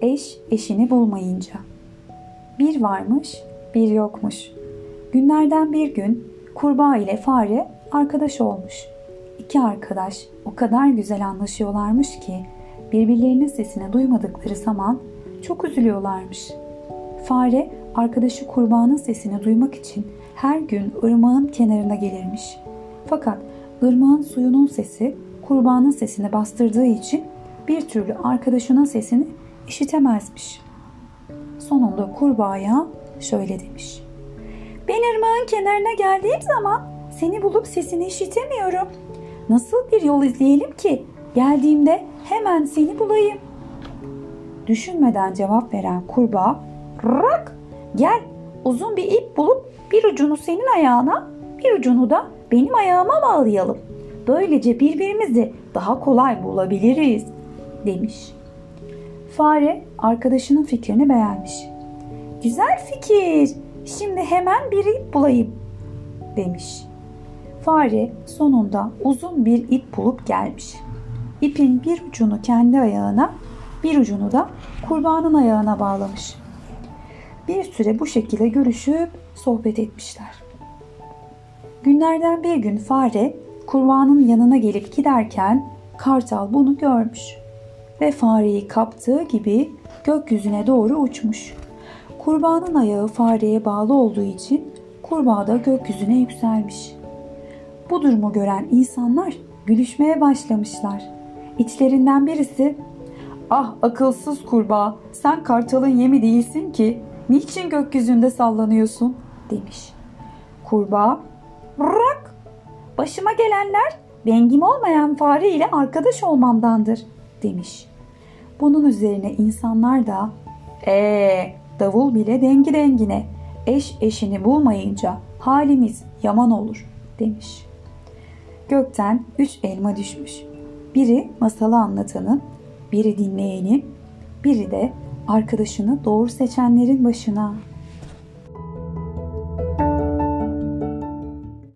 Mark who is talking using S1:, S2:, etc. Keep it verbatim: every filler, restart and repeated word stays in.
S1: Eş eşini bulmayınca. Bir varmış, bir yokmuş. Günlerden bir gün kurbağa ile fare arkadaş olmuş. İki arkadaş o kadar güzel anlaşıyorlarmış ki birbirlerinin sesini duymadıkları zaman çok üzülüyorlarmış. Fare arkadaşı kurbağanın sesini duymak için her gün ırmağın kenarına gelirmiş. Fakat ırmağın suyunun sesi kurbağanın sesini bastırdığı için bir türlü arkadaşının sesini işitemezmiş. Sonunda kurbağaya şöyle demiş: "Ben ırmağın kenarına geldiğim zaman seni bulup sesini işitemiyorum. Nasıl bir yol izleyelim ki geldiğimde hemen seni bulayım?" Düşünmeden cevap veren kurbağa, "Rak, gel uzun bir ip bulup bir ucunu senin ayağına, bir ucunu da benim ayağıma bağlayalım. Böylece birbirimizi daha kolay bulabiliriz," demiş. Fare arkadaşının fikrini beğenmiş. "Güzel fikir. Şimdi hemen bir ip bulayım," demiş. Fare sonunda uzun bir ip bulup gelmiş. İpin bir ucunu kendi ayağına, bir ucunu da kurbağanın ayağına bağlamış. Bir süre bu şekilde görüşüp sohbet etmişler. Günlerden bir gün fare kurbağanın yanına gelip giderken kartal bunu görmüş ve fareyi kaptığı gibi gökyüzüne doğru uçmuş. Kurbağanın ayağı fareye bağlı olduğu için kurbağa da gökyüzüne yükselmiş. Bu durumu gören insanlar gülüşmeye başlamışlar. İçlerinden birisi, "Ah akılsız kurbağa, sen kartalın yemi değilsin ki, niçin gökyüzünde sallanıyorsun?" demiş. Kurbağa, "Rak, başıma gelenler dengim olmayan fare ile arkadaş olmamdandır," demiş. Bunun üzerine insanlar da, "Eee davul bile dengi dengine, eş eşini bulmayınca halimiz yaman olur," demiş. Gökten üç elma düşmüş. Biri masalı anlatanın, biri dinleyenin, biri de arkadaşını doğru seçenlerin başına.